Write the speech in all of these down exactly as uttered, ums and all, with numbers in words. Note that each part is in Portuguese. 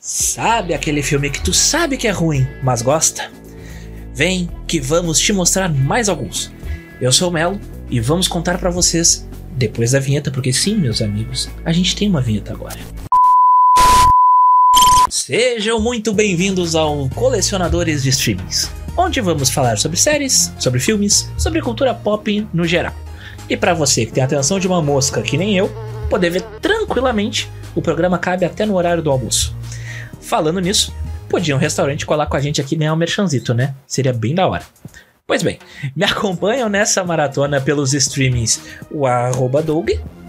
Sabe aquele filme que tu sabe que é ruim, mas gosta? Vem que vamos te mostrar mais alguns. Eu sou o Melo e vamos contar pra vocês depois da vinheta, porque sim, meus amigos, a gente tem uma vinheta agora. Sejam muito bem-vindos ao Colecionadores de Streamings, onde vamos falar sobre séries, sobre filmes, sobre cultura pop no geral. E pra você que tem a atenção de uma mosca que nem eu, poder ver tranquilamente, o programa cabe até no horário do almoço. Falando nisso, podia um restaurante colar com a gente aqui e ganhar um merchanzito, né? Seria bem da hora. Pois bem, me acompanham nessa maratona pelos streamings o arroba Doug.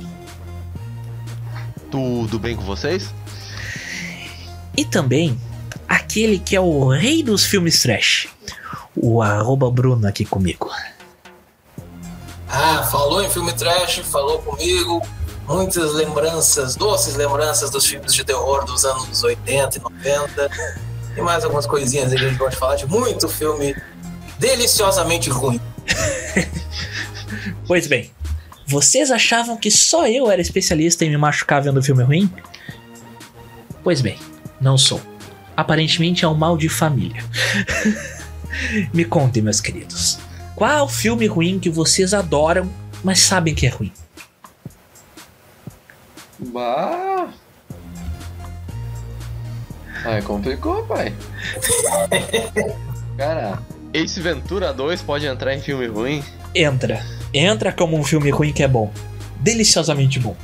Tudo bem com vocês? E também aquele que é o rei dos filmes trash, o arroba Bruno aqui comigo. Ah, falou em filme trash, falou comigo. Muitas lembranças, doces lembranças dos filmes de terror dos anos oitenta e noventa. E mais algumas coisinhas aí que a gente pode falar de muito filme deliciosamente ruim. Pois bem, vocês achavam que só eu era especialista em me machucar vendo filme ruim? Pois bem, não sou. Aparentemente é um mal de família. Me contem, meus queridos. Qual filme ruim que vocês adoram, mas sabem que é ruim? Bah. Ai, complicou, pai. Cara, Ace Ventura dois pode entrar em filme ruim? Entra. Entra como um filme ruim que é bom. Deliciosamente bom.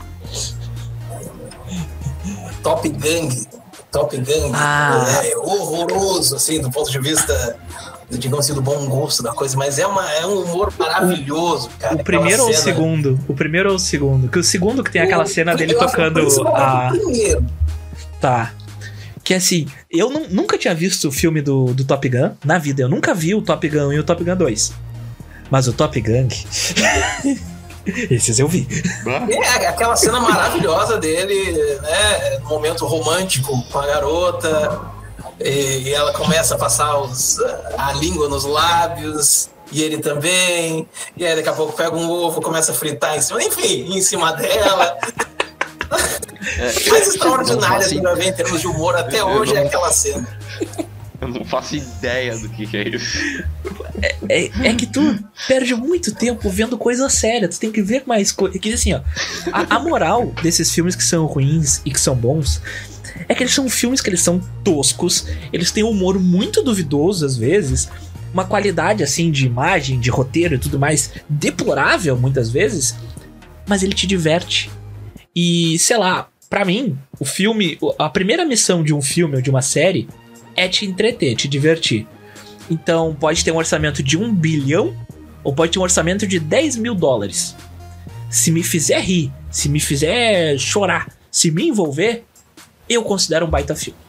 Top Gang. Top Gang. Ah. É horroroso, assim, do ponto de vista, digamos assim, do bom gosto da coisa, mas é, uma, é um humor maravilhoso, cara. O primeiro ou o segundo? O primeiro ou o segundo? Que o segundo que tem aquela cena dele tocando a... Primeiro. Tá. Que assim, eu não, nunca tinha visto o filme do, do Top Gun na vida. Eu nunca vi o Top Gun e o Top Gun dois. Mas o Top Gang... esses eu vi. É, aquela cena maravilhosa dele, né? No momento romântico com a garota. E ela começa a passar os, a língua nos lábios, e ele também, e aí daqui a pouco pega um ovo, começa a fritar em cima, enfim, em cima dela. É, mais extraordinária que vai ver em termos de humor até hoje não, é aquela cena. Eu não faço ideia do que, que é isso. É, é, é que tu perde muito tempo vendo coisa séria, tu tem que ver mais coisa. Que assim, ó, a, a moral desses filmes que são ruins e que são bons é que eles são filmes que eles são toscos, eles têm um humor muito duvidoso às vezes, uma qualidade assim de imagem, de roteiro e tudo mais deplorável muitas vezes, mas ele te diverte. E sei lá, pra mim, o filme, a primeira missão de um filme ou de uma série é te entreter, te divertir. Então pode ter um orçamento de um bilhão ou pode ter um orçamento de dez mil dólares. Se me fizer rir, se me fizer chorar, se me envolver, eu considero um baita filme.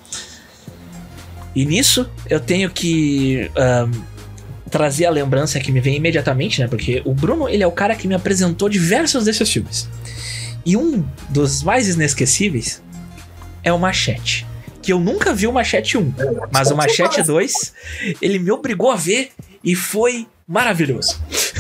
E nisso eu tenho que um, trazer a lembrança que me vem imediatamente, né? Porque o Bruno, ele é o cara que me apresentou diversos desses filmes. E um dos mais inesquecíveis é o Machete. Que eu nunca vi o Machete um, mas o Machete dois, ele me obrigou a ver e foi maravilhoso.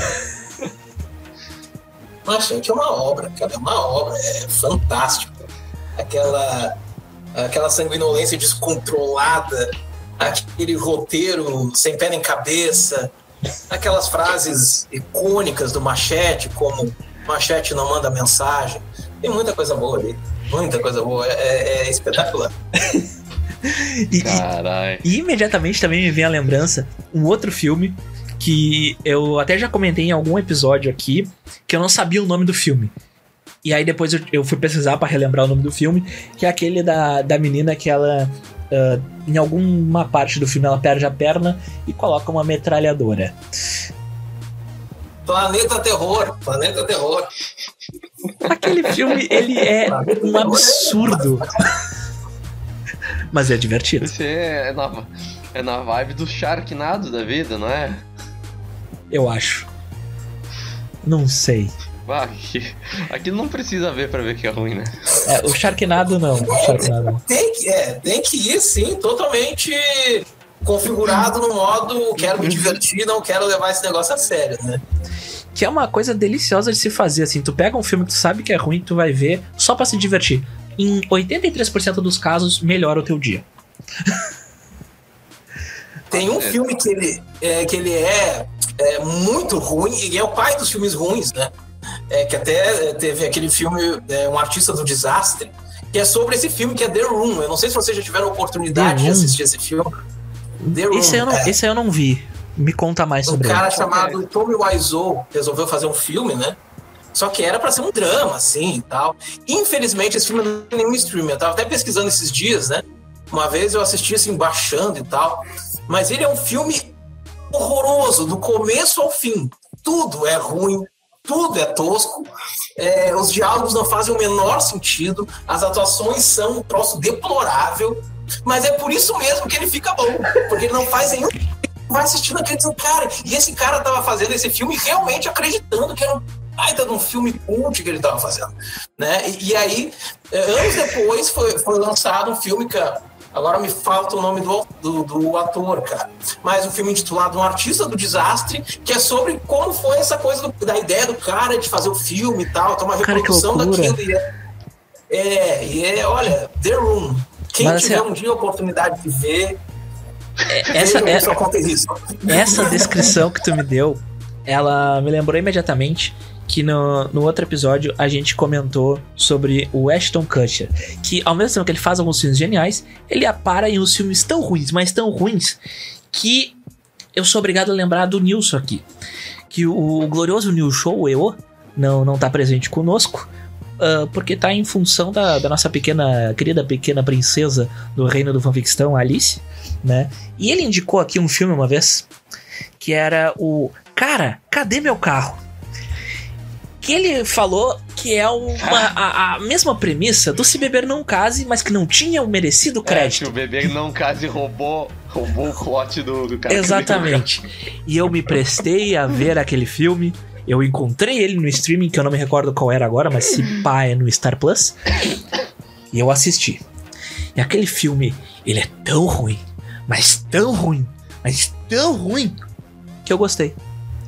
Machete é uma obra, cara, é uma obra, é fantástico. Aquela, aquela sanguinolência descontrolada, aquele roteiro sem pé nem cabeça, aquelas frases icônicas do Machete, como Machete não manda mensagem. Tem muita coisa boa ali, muita coisa boa, é, é espetacular. e, e, e imediatamente também me vem a lembrança um outro filme que eu até já comentei em algum episódio aqui, que eu não sabia o nome do filme. E aí depois eu, eu fui pesquisar pra relembrar o nome do filme, que é aquele da, da menina que ela, uh, em alguma parte do filme, ela perde a perna e coloca uma metralhadora. Planeta Terror, Planeta Terror. Aquele filme, ele é um absurdo. Mas é divertido. Você é na, é na vibe do Sharknado da vida, não é? Eu acho. Não sei. Ah, aqui não precisa ver pra ver que é ruim, né? É, o Sharknado não. O Sharknado não. Tem, que, é, tem que ir, sim, totalmente configurado no modo quero me divertir, não quero levar esse negócio a sério, né? Que é uma coisa deliciosa de se fazer, assim. Tu pega um filme que tu sabe que é ruim, tu vai ver só pra se divertir. em oitenta e três por cento dos casos, melhora o teu dia. Tem um filme que ele é, que ele é, é muito ruim, e é o pai dos filmes ruins, né? É, que até teve aquele filme, é, Um Artista do Desastre, que é sobre esse filme, que é The Room. Eu não sei se vocês já tiveram a oportunidade de assistir esse filme. The Room, esse, eu não, é. esse eu não vi. Me conta mais sobre ele. Um cara ele. chamado okay. Tommy Wiseau resolveu fazer um filme, né? Só que era pra ser um drama, assim, e tal. Infelizmente, esse filme não tem nenhum streaming. Eu tava até pesquisando esses dias, né? Uma vez eu assisti, assim, baixando e tal. Mas ele é um filme horroroso, do começo ao fim. Tudo é ruim, tudo é tosco. É, os diálogos não fazem o menor sentido. As atuações são um troço deplorável. Mas é por isso mesmo que ele fica bom. Porque ele não faz nenhum... Vai assistindo acreditando, cara. E esse cara tava fazendo esse filme realmente acreditando que era um baita de um filme cult que ele tava fazendo, né? E, e aí, anos depois, foi, foi lançado um filme que... Agora me falta o nome do, do, do ator, cara. Mas um filme intitulado Um Artista do Desastre, que é sobre como foi essa coisa do, da ideia do cara de fazer o filme e tal. Então, uma reprodução cara, daquilo. E é, é, e é, olha, The Room. Quem Mas, tiver assim, um dia a oportunidade de ver... Essa, é, essa descrição que tu me deu, ela me lembrou imediatamente que no, no outro episódio a gente comentou sobre o Ashton Kutcher, que ao mesmo tempo que ele faz alguns filmes geniais, ele apara em uns filmes tão ruins, mas tão ruins, que eu sou obrigado a lembrar do Nilson aqui, que o, o glorioso Nilson, o E O, não, não tá presente conosco, uh, porque tá em função da, da nossa pequena, querida pequena princesa do reino do fanficção, Alice, né? E ele indicou aqui um filme uma vez, que era o Cara, Cadê Meu Carro? Que ele falou que é uma, a, a mesma premissa do Se Beber Não Case, mas que não tinha o merecido crédito. É, Se o Beber Não Case roubou, roubou o plot do, do cara. Exatamente. E eu me prestei a ver aquele filme. Eu encontrei ele no streaming, que eu não me recordo qual era agora, mas se pá é no Star Plus. E eu assisti. E aquele filme, ele é tão ruim, mas tão ruim, mas tão ruim, que eu gostei.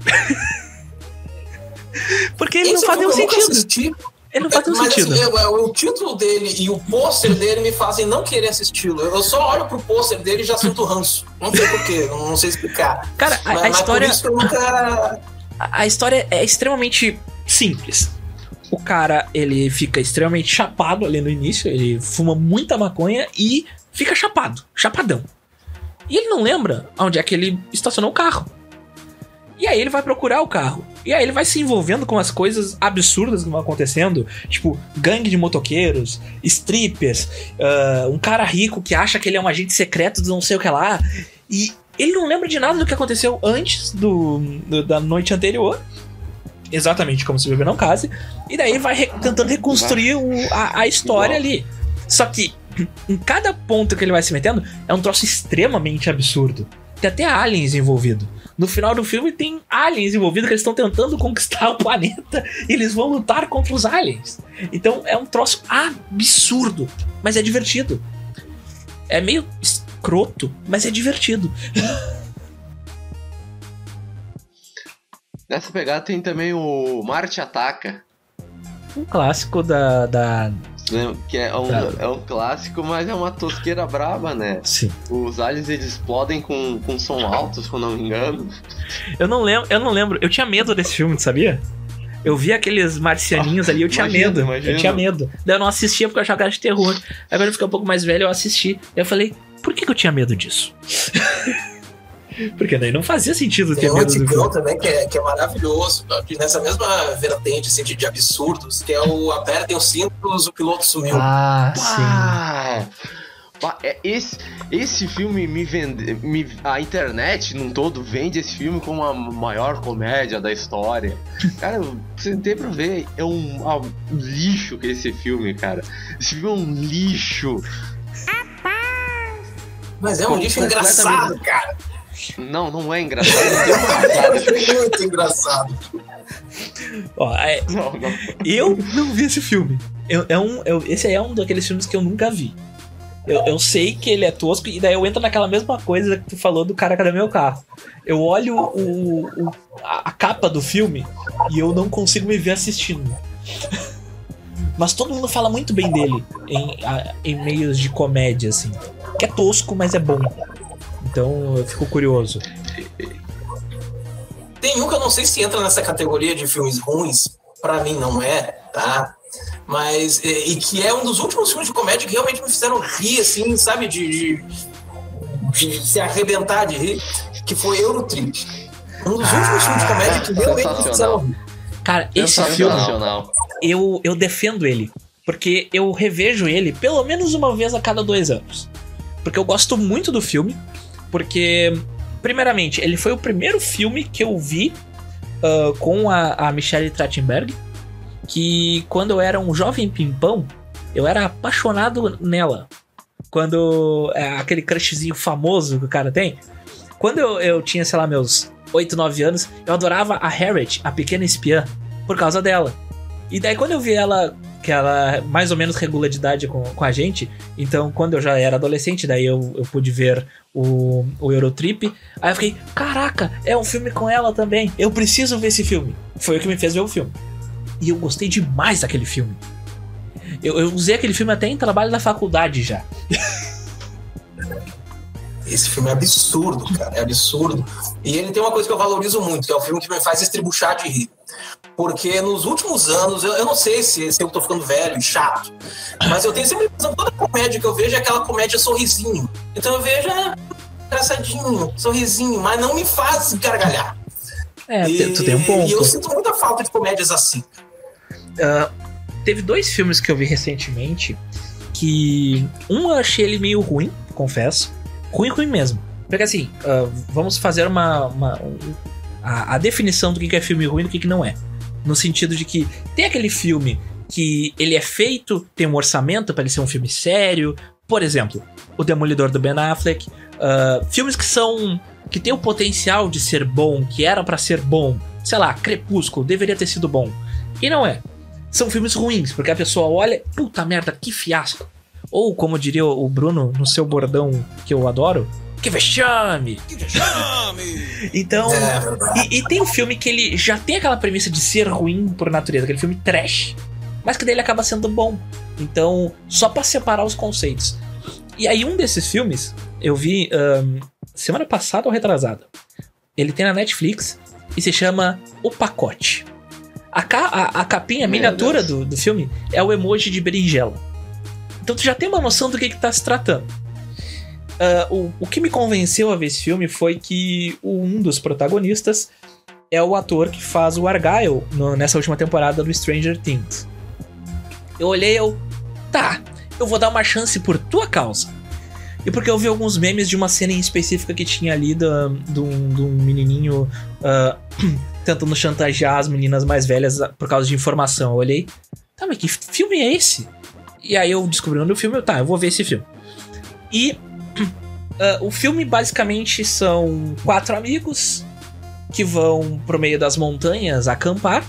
Porque ele Esse não faz nenhum sentido. Ele não faz nenhum mas, sentido. Assim, eu, o título dele e o pôster dele me fazem não querer assisti-lo. Eu só olho pro pôster dele e já sinto ranço. Não sei porquê, não, não sei explicar. Cara, a, mas, a história. Mas por isso que eu nunca... a, a história é extremamente simples. O cara, ele fica extremamente chapado ali no início. Ele fuma muita maconha e fica chapado. Chapadão. E ele não lembra onde é que ele estacionou o carro. E aí ele vai procurar o carro. E aí ele vai se envolvendo com as coisas absurdas que vão acontecendo. Tipo, gangue de motoqueiros, strippers, uh, um cara rico que acha que ele é um agente secreto de não sei o que lá. E ele não lembra de nada do que aconteceu antes do, do da noite anterior. Exatamente como Se Beber Não Case. E daí vai re- tentando reconstruir o, a, a história ali. Só que em cada ponto que ele vai se metendo é um troço extremamente absurdo. Tem até aliens envolvidos. No final do filme tem aliens envolvidos que eles estão tentando conquistar o planeta e eles vão lutar contra os aliens. Então é um troço absurdo, mas é divertido. É meio escroto, mas é divertido. Nessa pegada tem também o Marte Ataca. Um clássico da... da... Que é um, é um clássico, mas é uma tosqueira braba, né? Sim. Os aliens, eles explodem com, com som alto, se eu não me engano. Eu não lembro, eu não lembro. Eu tinha medo desse filme, sabia? Eu vi aqueles marcianinhos ah, ali, eu tinha imagino, medo. Imagino. Eu tinha medo. Daí eu não assistia porque eu achava que era de terror. Agora eu fiquei um pouco mais velho, eu assisti. Eu falei, por que, que eu tinha medo disso? Porque daí não fazia sentido ter medo do filme. Tem um também que é, que é maravilhoso, nessa mesma vertente assim, de, de absurdos, que é o Apertem os Cintos, o Piloto Sumiu. Ah, sim. Ah, esse, esse filme me vende... Me, a internet, num todo, vende esse filme como a maior comédia da história. Cara, eu sentei pra ver, é um, um lixo que é esse filme, cara. Esse filme é um lixo. Mas é um lixo engraçado, cara. Não, não é engraçado. É muito engraçado. Ó, é, não, não. Eu não vi esse filme. Eu, é um, eu, esse aí é um daqueles filmes que eu nunca vi. Eu, eu sei que ele é tosco, e daí eu entro naquela mesma coisa que tu falou do Cara, Cadê Meu Carro? Eu olho o, o, a capa do filme e eu não consigo me ver assistindo. Mas todo mundo fala muito bem dele em, a, em meios de comédia, assim. Que é tosco, mas é bom. Então eu fico curioso. Tem um que eu não sei se entra nessa categoria de filmes ruins. Pra mim não é, tá? Mas, e, e que é um dos últimos filmes de comédia que realmente me fizeram rir, assim, sabe? De, de, de se arrebentar de rir. Que foi Eurotrip. Um dos ah, últimos filmes de comédia que realmente me fizeram rir. Cara, esse filme, eu, eu defendo ele. Porque eu revejo ele pelo menos uma vez a cada dois anos. Porque eu gosto muito do filme. Porque, primeiramente, ele foi o primeiro filme que eu vi uh, com a, a Michelle Trachtenberg. Que quando eu era um jovem pimpão, eu era apaixonado nela. Quando... É, aquele crushzinho famoso que o cara tem. Quando eu, eu tinha, sei lá, meus oito, nove anos, eu adorava a Harriet, a pequena espiã, por causa dela. E daí quando eu vi ela, que ela mais ou menos regula de idade com, com a gente, então quando eu já era adolescente, daí eu, eu pude ver o, o Eurotrip, aí eu fiquei, caraca, é um filme com ela também, eu preciso ver esse filme. Foi o que me fez ver o filme. E eu gostei demais daquele filme. Eu, eu usei aquele filme até em trabalho da faculdade já. Esse filme é absurdo, cara, é absurdo. E ele tem uma coisa que eu valorizo muito, que é o filme que me faz estribuchar de rir. Porque nos últimos anos, eu, eu não sei se, se eu tô ficando velho e chato, mas eu tenho sempre a impressão que toda comédia que eu vejo é aquela comédia sorrisinho. Então eu vejo, é engraçadinho, sorrisinho, mas não me faz gargalhar. É, e, tu tem um ponto. E eu sinto muita falta de comédias assim. Uh, teve dois filmes que eu vi recentemente que um eu achei ele meio ruim, confesso. Ruim, ruim mesmo. Porque assim, uh, vamos fazer uma... uma um, a, a definição do que é filme ruim e do que não é. No sentido de que tem aquele filme que ele é feito, tem um orçamento para ele ser um filme sério. Por exemplo, O Demolidor do Ben Affleck. Uh, filmes que são... que tem o potencial de ser bom, que era pra ser bom. Sei lá, Crepúsculo, deveria ter sido bom. E não é. São filmes ruins, porque a pessoa olha, puta merda, que fiasco. Ou, como diria o Bruno, no seu bordão que eu adoro, que vexame! Que vexame! Então, é e, e tem um filme que ele já tem aquela premissa de ser ruim por natureza, aquele filme trash, mas que daí ele acaba sendo bom. Então, só pra separar os conceitos. E aí um desses filmes, eu vi um, semana passada ou retrasada. Ele tem na Netflix e se chama O Pacote. A, ca- a, a capinha, a miniatura do, do filme é o emoji de berinjela. Então tu já tem uma noção do que que tá se tratando. Uh, o, o que me convenceu a ver esse filme foi que um dos protagonistas é o ator que faz o Argyle no, nessa última temporada do Stranger Things. Eu olhei, eu... Tá, eu vou dar uma chance por tua causa. E porque eu vi alguns memes de uma cena em específica que tinha ali de um menininho uh, tentando chantagear as meninas mais velhas por causa de informação. Eu olhei, tá, mas que filme é esse? E aí eu descobri onde o filme, eu, tá, eu vou ver esse filme. E uh, o filme basicamente são quatro amigos que vão pro meio das montanhas acampar.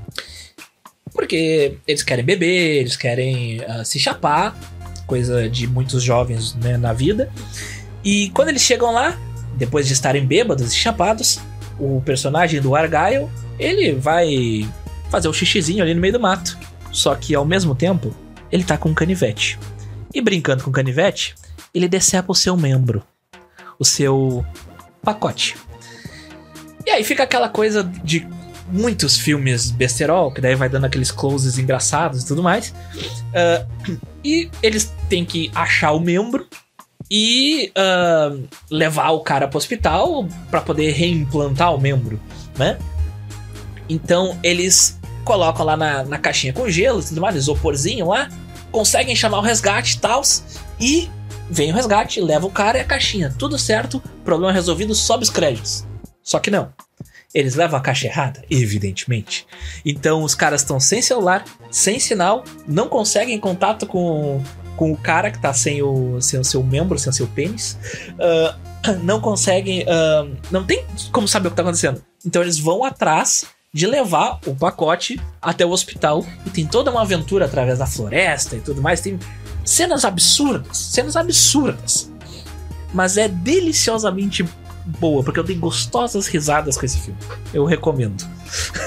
Porque eles querem beber, eles querem uh, se chapar. Coisa de muitos jovens, né, na vida. E quando eles chegam lá, depois de estarem bêbados e chapados, o personagem do Argyle, ele vai fazer o xixizinho ali no meio do mato. Só que ao mesmo tempo, ele tá com um canivete. E brincando com o canivete, ele decepa o seu membro, o seu pacote. E aí fica aquela coisa de muitos filmes besterol, que daí vai dando aqueles closes engraçados e tudo mais. Uh, e eles têm que achar o membro e uh, levar o cara pro hospital pra poder reimplantar o membro, né? Então eles colocam lá na, na caixinha com gelo e tudo mais, isoporzinho lá, conseguem chamar o resgate e tal, e vem o resgate, leva o cara e a caixinha, tudo certo, problema resolvido, sobe os créditos. Só que não. Eles levam a caixa errada, evidentemente. Então os caras estão sem celular, sem sinal, não conseguem contato com, com o cara que tá sem o, sem o seu membro, sem o seu pênis. Uh, não conseguem... Uh, não tem como saber o que tá acontecendo. Então eles vão atrás de levar o pacote até o hospital. E tem toda uma aventura através da floresta e tudo mais. Tem cenas absurdas, cenas absurdas. Mas é deliciosamente boa, porque eu dei gostosas risadas com esse filme. Eu recomendo.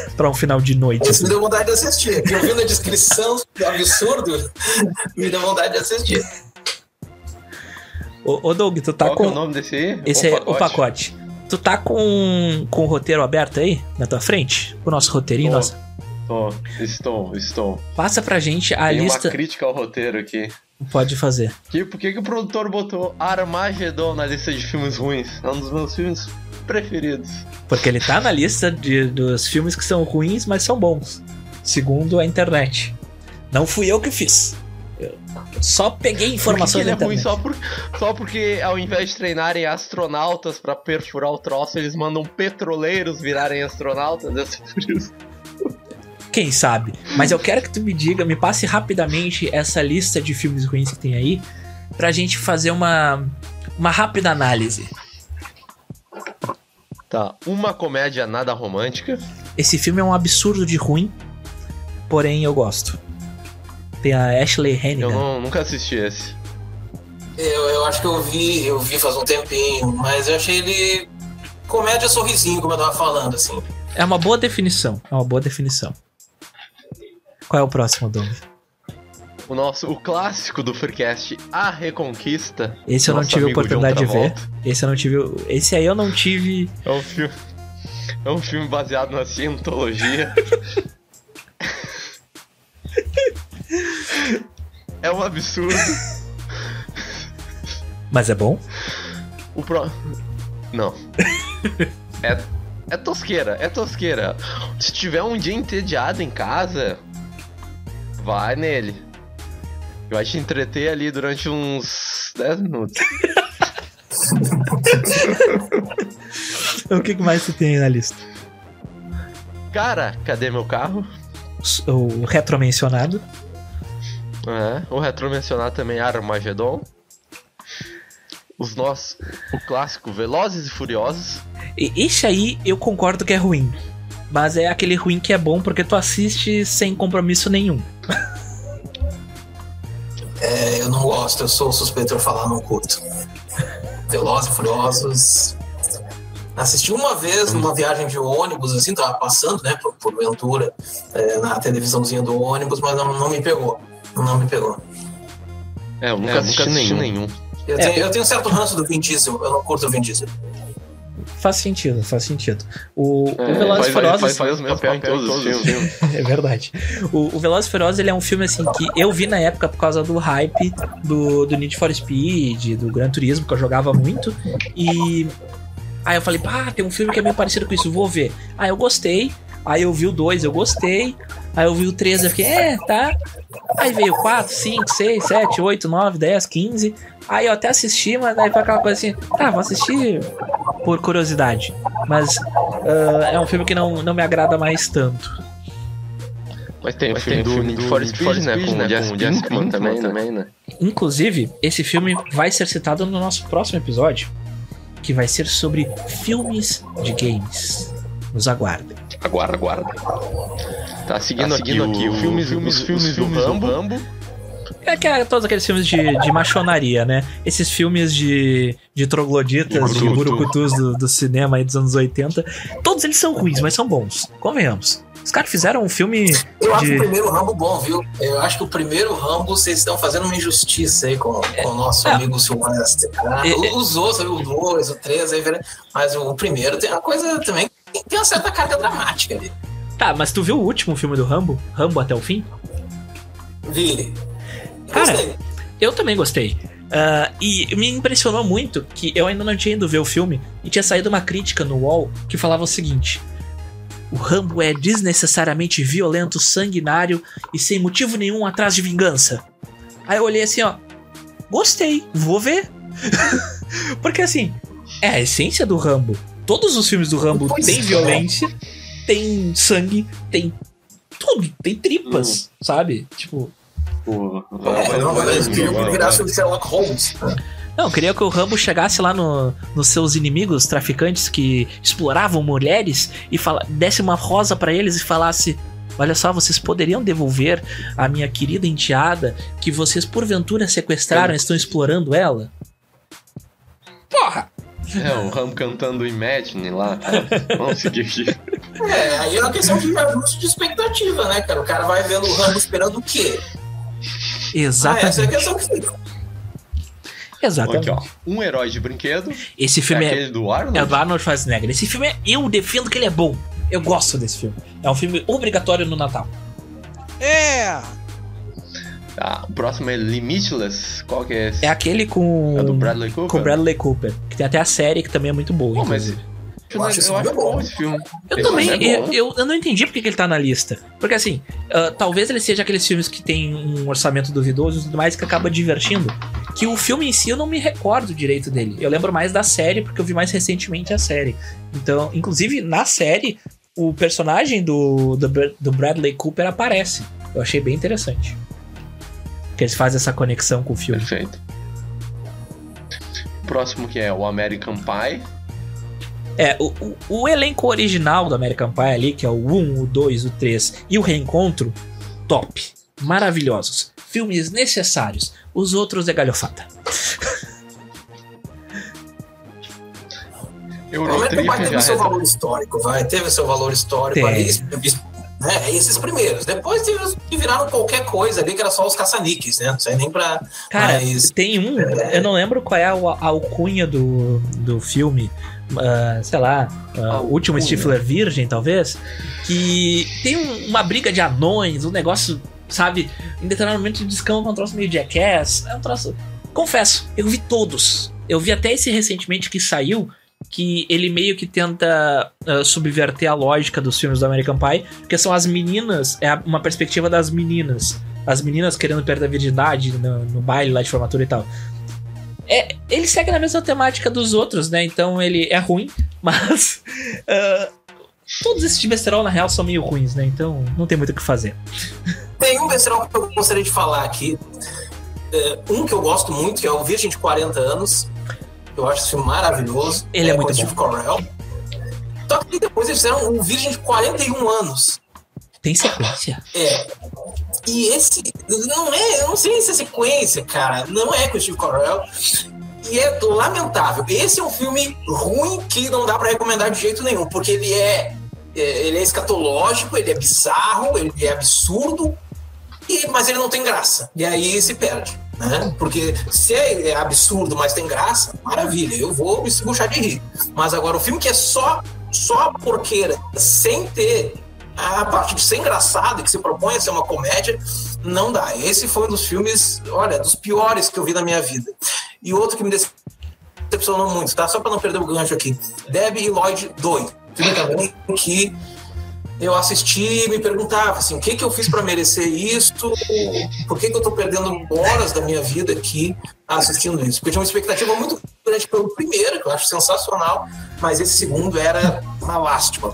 pra um final de noite. Isso me deu vontade de assistir. Eu vi na descrição do absurdo, me deu vontade de assistir. Ô, ô Doug, tu tá Qual com... que é o nome desse aí? Esse o é o pacote. Tu tá com, com o roteiro aberto aí, na tua frente? O nosso roteirinho, Tô. nossa. Tô, estou, estou. Passa pra gente a Tem lista... uma crítica ao roteiro aqui. Pode fazer. Que, por que, que o produtor botou Armagedon na lista de filmes ruins? É um dos meus filmes preferidos. Porque ele tá na lista de, dos filmes que são ruins, mas são bons. Segundo a internet. Não fui eu que fiz. Eu só peguei informações da da internet. internet. Ele é ruim só, por, só porque ao invés de treinarem astronautas pra perfurar o troço, eles mandam petroleiros virarem astronautas. É por isso. Quem sabe? Mas eu quero que tu me diga, me passe rapidamente essa lista de filmes ruins que tem aí, pra gente fazer uma, uma rápida análise. Tá, uma comédia nada romântica. Esse filme é um absurdo de ruim, porém eu gosto. Tem a Ashley Hannigan. Eu não, nunca assisti esse. Eu, eu acho que eu vi, eu vi faz um tempinho, mas eu achei ele comédia sorrisinho, como eu tava falando, assim. É uma boa definição, é uma boa definição. Qual é o próximo, Doug? O nosso, o clássico do Freecast, A Reconquista. Esse eu não Nosso tive a amigo oportunidade John de ver. Travolta. Esse eu não tive. Esse aí eu não tive. É um filme. É um filme baseado na cientologia. É um absurdo. Mas é bom? O pro... Não. É, é tosqueira, é tosqueira. Se tiver um dia entediado em casa, vai nele. Vai te entreter ali durante uns dez minutos. O que mais você tem aí na lista? Cara, cadê meu carro? O retromencionado. É, o retro mencionar também Armagedon. Os nossos, o clássico Velozes e Furiosos. E esse aí eu concordo que é ruim. Mas é aquele ruim que é bom porque tu assiste sem compromisso nenhum. É, eu não gosto, eu sou suspeito de falar, não curto. Velozes e Furiosos. Assisti uma vez numa viagem de ônibus, assim, tava passando, né, por, por Ventura, é, na televisãozinha do ônibus, mas não, não me pegou. Não me pegou. É, eu nunca, é, assisti, nunca assisti nenhum. nenhum. Eu, é, tenho, eu tenho um certo ranço do Vin Diesel, eu não curto o Vin Diesel. Faz sentido, faz sentido. O, é, o Velozes e Furiosos... Faz, faz, faz o mesmo papel em todos os filmes. É verdade. O, o Velozes e Furiosos, ele é um filme, assim, que eu vi na época por causa do hype do, do Need for Speed, do Gran Turismo, que eu jogava muito, e... Aí eu falei, pá, tem um filme que é meio parecido com isso, vou ver. Aí eu gostei, aí eu vi o dois, eu gostei, aí eu vi o três, eu fiquei, é, tá. Aí veio o quatro, cinco, seis, sete, oito, nove, dez, quinze. Aí eu até assisti, mas aí foi aquela coisa assim, tá, vou assistir por curiosidade. Mas uh, é um filme que não, não me agrada mais tanto. Mas tem o filme do Need for Speed, né, com o Jesse Pinkman também, também, né? Inclusive, esse filme vai ser citado no nosso próximo episódio, que vai ser sobre filmes de games. Nos aguardem. Aguarda, aguarda. Tá seguindo, tá seguindo aqui, aqui o, o filmes, filmes, os filmes, filmes do Rambo. Rambo. É que é todos aqueles filmes de, de machonaria, né? Esses filmes de, de trogloditas, de burucutus do, do cinema aí dos anos oitenta. Todos eles são ruins, mas são bons. Convenhamos. Os caras fizeram um filme. Eu de... acho o primeiro Rambo bom, viu? Eu acho que o primeiro Rambo vocês estão fazendo uma injustiça aí com, com o nosso é. amigo Sylvester. Tá? É. Os outros, o dois, o três, aí, mas o primeiro tem uma coisa também. Tem uma certa carga dramática ali. Tá, mas tu viu o último filme do Rambo? Rambo até o fim? Vi. Cara, gostei. Eu também gostei. Uh, e me impressionou muito que eu ainda não tinha ido ver o filme e tinha saído uma crítica no U O L que falava o seguinte: o Rambo é desnecessariamente violento, sanguinário e sem motivo nenhum atrás de vingança. Aí eu olhei assim, ó, gostei, vou ver. Porque assim, é a essência do Rambo. Todos os filmes do Rambo pois tem é. violência, tem sangue, tem tudo, tem tripas, hum. sabe? Tipo... Pô, é, não, não, eles queriam que virasse o Sherlock Holmes. Não, eu queria que o Rambo chegasse lá no, nos seus inimigos, traficantes que exploravam mulheres, e fala, desse uma rosa pra eles e falasse: olha só, vocês poderiam devolver a minha querida enteada que vocês porventura sequestraram e estão explorando ela? Porra! É, o Rambo cantando Imagine lá. Vamos seguir aqui. É, aí é uma questão de ajuste de expectativa, né, cara? O cara vai vendo o Rambo esperando o quê? Exatamente. Ah, essa é a questão que fica. Exatamente. Aqui, ó. Um herói de brinquedo. Esse filme é é, aquele do Arnold? é do Arnold Schwarzenegger. Esse filme é. Eu defendo que ele é bom. Eu gosto desse filme. É um filme obrigatório no Natal. É! Tá, o próximo é Limitless. Qual que é esse? É aquele com. É do Bradley Cooper? Com Bradley Cooper. Que tem até a série que também é muito boa. Pô, mas inclusive. eu acho, eu acho bom esse filme. Eu Esse também, filme é eu, bom. eu, eu não entendi porque que ele tá na lista. Porque assim, uh, talvez ele seja aqueles filmes que tem um orçamento duvidoso e tudo mais que acaba divertindo. Que o filme em si eu não me recordo direito dele. Eu lembro mais da série, porque eu vi mais recentemente a série. Então, inclusive, na série, o personagem do, do, do Bradley Cooper aparece. Eu achei bem interessante. Que eles fazem essa conexão com o filme. Perfeito. O próximo que é o American Pie. É, o, o, o elenco original do American Pie ali, que é o um, o dois, o três e o Reencontro, top. Maravilhosos. Filmes necessários. Os outros é galhofada. O American Pie teve já seu reza- valor histórico, vai. Teve seu valor histórico Tem. ali. Né, esses primeiros. Depois teve os que viraram qualquer coisa ali, que era só os caça-níqueis, né? Não sei nem pra... Cara, mas... tem um, eu não lembro qual é a, a alcunha do, do filme, uh, sei lá, uh, o Último Stifler Virgem, talvez, que tem um- uma briga de anões, um negócio, sabe, em determinado momento descamba um troço meio Jackass, é um troço... Confesso, eu vi todos. Eu vi até esse recentemente que saiu, que ele meio que tenta uh, subverter a lógica dos filmes do American Pie, porque são as meninas, é a- uma perspectiva das meninas, as meninas querendo perder a virgindade no, no baile lá de formatura e tal. É, ele segue na mesma temática dos outros, né? Então ele é ruim, mas uh, todos esses de besterol na real são meio ruins, né? Então não tem muito o que fazer. Tem um besterol que eu gostaria de falar aqui. É, um que eu gosto muito, que é o Virgem de quarenta anos. Eu acho esse filme maravilhoso. Ele é muito com Steve bom. Carell. Só que depois eles fizeram o Virgem de quarenta e um anos. Tem sequência? É. E esse não é, eu não sei se é sequência, cara. Não é com o Steve Carell. E é lamentável. Esse é um filme ruim que não dá pra recomendar de jeito nenhum, porque ele é, é ele é escatológico, ele é bizarro, ele é absurdo, e, mas ele não tem graça. E aí se perde, né? Porque se é absurdo, mas tem graça, maravilha, eu vou me esbuchar de rir. Mas agora o filme que é só só porqueira, sem ter a parte de ser engraçado, que se propõe a ser uma comédia, não dá. Esse foi um dos filmes, olha, dos piores que eu vi na minha vida. E outro que me decepcionou muito, tá? Só pra não perder o gancho aqui. Debbie e Lloyd dois. Filme também que eu assisti e me perguntava assim, o que que eu fiz pra merecer isto? Por que que eu tô perdendo horas da minha vida aqui assistindo isso? Porque eu tinha uma expectativa muito grande pelo primeiro, que eu acho sensacional, mas esse segundo era uma lástima.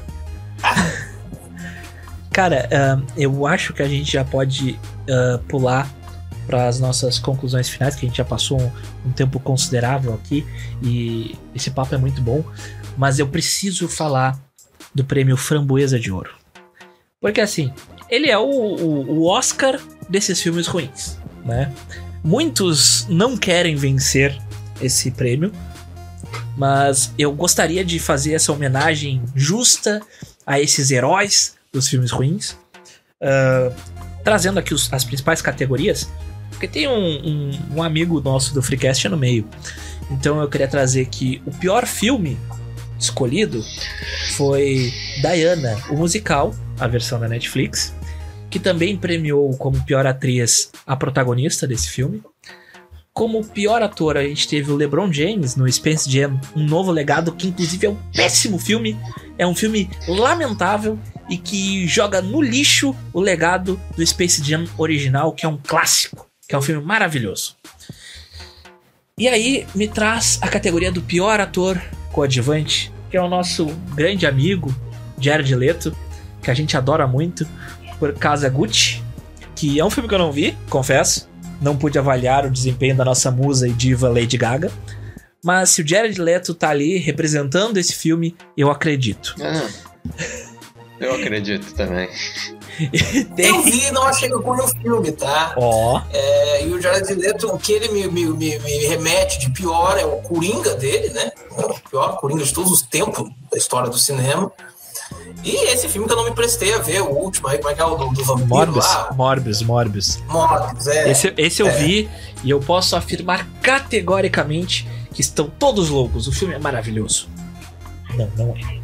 Cara, uh, eu acho que a gente já pode uh, pular para as nossas conclusões finais, que a gente já passou um, um tempo considerável aqui e esse papo é muito bom, mas eu preciso falar do prêmio Framboesa de Ouro. Porque assim, ele é o, o, o Oscar desses filmes ruins, né? Muitos não querem vencer esse prêmio, mas eu gostaria de fazer essa homenagem justa a esses heróis dos filmes ruins, uh, trazendo aqui os, as principais categorias, porque tem um, um, um amigo nosso do Freecast no meio. Então eu queria trazer que o pior filme escolhido foi Diana, o musical, a versão da Netflix, que também premiou como pior atriz a protagonista desse filme. Como pior ator, a gente teve o LeBron James no Space Jam, Um Novo Legado, que inclusive é um péssimo filme, é um filme lamentável e que joga no lixo o legado do Space Jam original, que é um clássico, que é um filme maravilhoso. E aí me traz a categoria do pior ator coadjuvante, que é o nosso grande amigo Jared Leto, que a gente adora muito, por Casa Gucci, que é um filme que eu não vi, confesso, não pude avaliar o desempenho da nossa musa e diva Lady Gaga, mas se o Jared Leto tá ali representando esse filme, eu acredito. Ah, eu acredito também. Tem... Eu vi e não achei ruim o filme, tá? Ó. É, e o Jared Leto, o que ele me, me, me, me remete de pior é o Coringa dele, né? O pior Coringa de todos os tempos da história do cinema. E esse filme que eu não me prestei a ver, o último, aí, como é que é o do, do vampiro Morbius, lá? Morbius, Morbius. Morbius, é. Esse, esse eu é. vi e eu posso afirmar categoricamente que estão todos loucos. O filme é maravilhoso. Não, não é.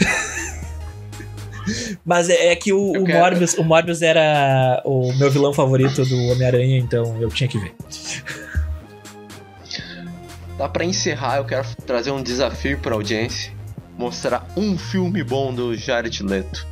Mas é, é que o, o, Morbius, o Morbius era o meu vilão favorito do Homem-Aranha, então eu tinha que ver. Tá, pra encerrar, eu quero trazer um desafio pra audiência. Mostrar um filme bom do Jared Leto.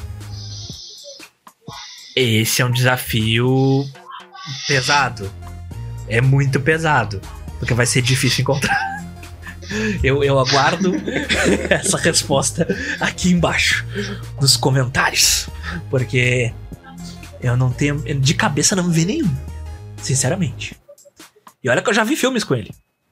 Esse é um desafio pesado. É muito pesado. Porque vai ser difícil encontrar. Eu, eu aguardo essa resposta aqui embaixo, nos comentários. Porque eu não tenho... De cabeça não me vi nenhum. Sinceramente. E olha que eu já vi filmes com ele.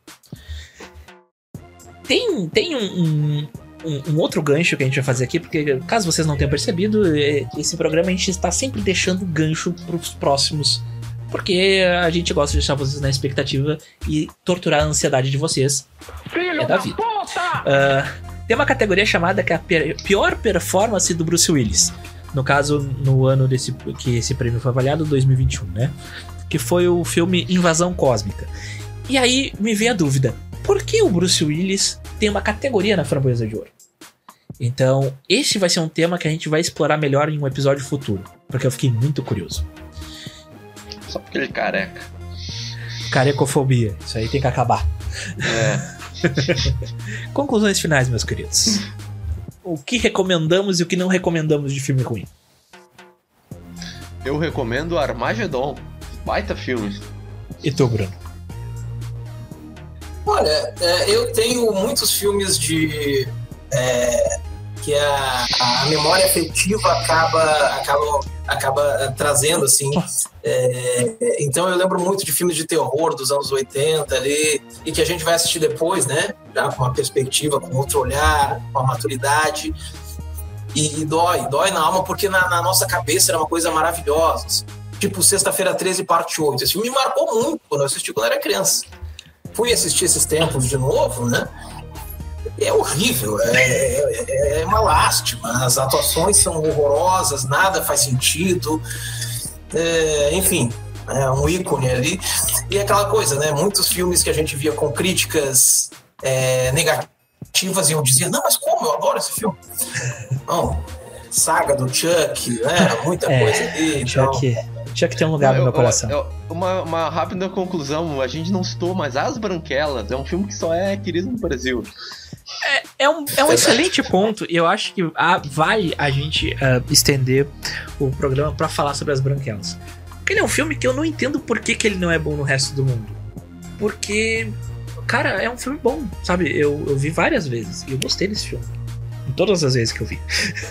Tem, tem um... um Um, um outro gancho que a gente vai fazer aqui, porque caso vocês não tenham percebido, esse programa a gente está sempre deixando gancho para os próximos, porque a gente gosta de deixar vocês na expectativa e torturar a ansiedade de vocês. Filho é da vida. Uh, tem uma categoria chamada que é a pior performance do Bruce Willis. No caso, no ano desse, que esse prêmio foi avaliado, dois mil e vinte e um, né? Que foi o filme Invasão Cósmica. E aí me veio a dúvida: por que o Bruce Willis tem uma categoria na Framboesa de Ouro? Então, esse vai ser um tema que a gente vai explorar melhor em um episódio futuro, porque eu fiquei muito curioso. Só porque ele é careca. Carecofobia, isso aí tem que acabar. É. Conclusões finais, meus queridos. O que recomendamos e o que não recomendamos de filme ruim? Eu recomendo Armageddon. Baita filme. E tu, Bruno? Olha, é, eu tenho muitos filmes de é, que a, a memória afetiva acaba, acaba, acaba trazendo, assim. É, então eu lembro muito de filmes de terror dos anos oitenta ali, e que a gente vai assistir depois, né? Já com uma perspectiva, com outro olhar, com a maturidade. E, e dói, dói na alma, porque na, na nossa cabeça era uma coisa maravilhosa. Assim. Tipo, Sexta-feira treze, parte oito. Esse filme me marcou muito quando eu assisti quando eu era criança. Fui assistir esses tempos de novo, né? É horrível, é, é, é uma lástima. As atuações são horrorosas, nada faz sentido. É, enfim, é um ícone ali. E aquela coisa, né? Muitos filmes que a gente via com críticas é, negativas e eu dizia, não, mas como? Eu adoro esse filme. Não, saga do Chuck, né? Muita é, coisa ali. Chuck... Então... Chuck tem um lugar no meu coração. Eu, eu, uma, uma rápida conclusão, a gente não citou, mas As Branquelas é um filme que só é querido no Brasil. É, é um, é um excelente ponto, e eu acho que ah, vale a gente uh, estender o programa pra falar sobre As Branquelas. Porque ele é um filme que eu não entendo por que, que ele não é bom no resto do mundo. Porque, cara, é um filme bom, sabe? Eu, eu vi várias vezes e eu gostei desse filme. Em todas as vezes que eu vi.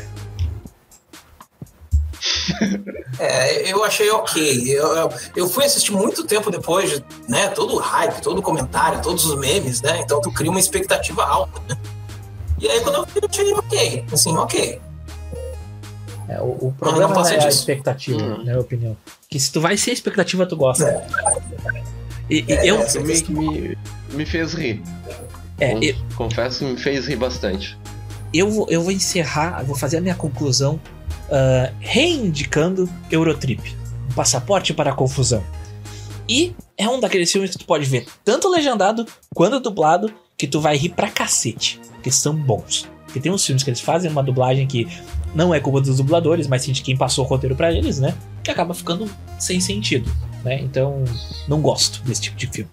É, eu achei ok. Eu, eu, eu fui assistir muito tempo depois de, né, todo o hype, todo o comentário, todos os memes, né? Então tu cria uma expectativa alta, né? E aí quando eu vi, eu achei ok. Assim, ok. É, o, o problema não, não é disso. A expectativa, hum. na minha opinião. Que se tu vai ser expectativa, tu gosta. É. E, e é, eu... Isso me, me, me fez rir. É, eu, confesso que me fez rir bastante. Eu vou, eu vou encerrar, vou fazer a minha conclusão Uh, reindicando Eurotrip, um passaporte para a confusão. E é um daqueles filmes que tu pode ver tanto legendado quanto dublado, que tu vai rir pra cacete, porque são bons. Porque tem uns filmes que eles fazem uma dublagem que não é culpa dos dubladores, mas sim de quem passou o roteiro pra eles, né? Que acaba ficando sem sentido, né? Então, não gosto desse tipo de filme.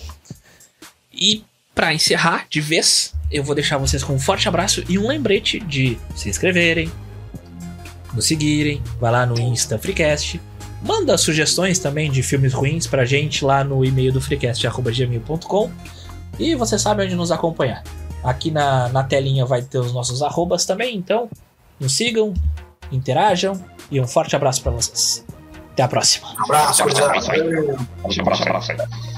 E pra encerrar de vez, eu vou deixar vocês com um forte abraço e um lembrete de se inscreverem, nos seguirem, vai lá no Insta Freecast, manda sugestões também de filmes ruins pra gente lá no e-mail do freecast arroba gmail ponto com e você sabe onde nos acompanhar. Aqui na, na telinha vai ter os nossos arrobas também, então nos sigam, interajam e um forte abraço pra vocês. Até a próxima. Um abraço, abraço, abraço, abraço.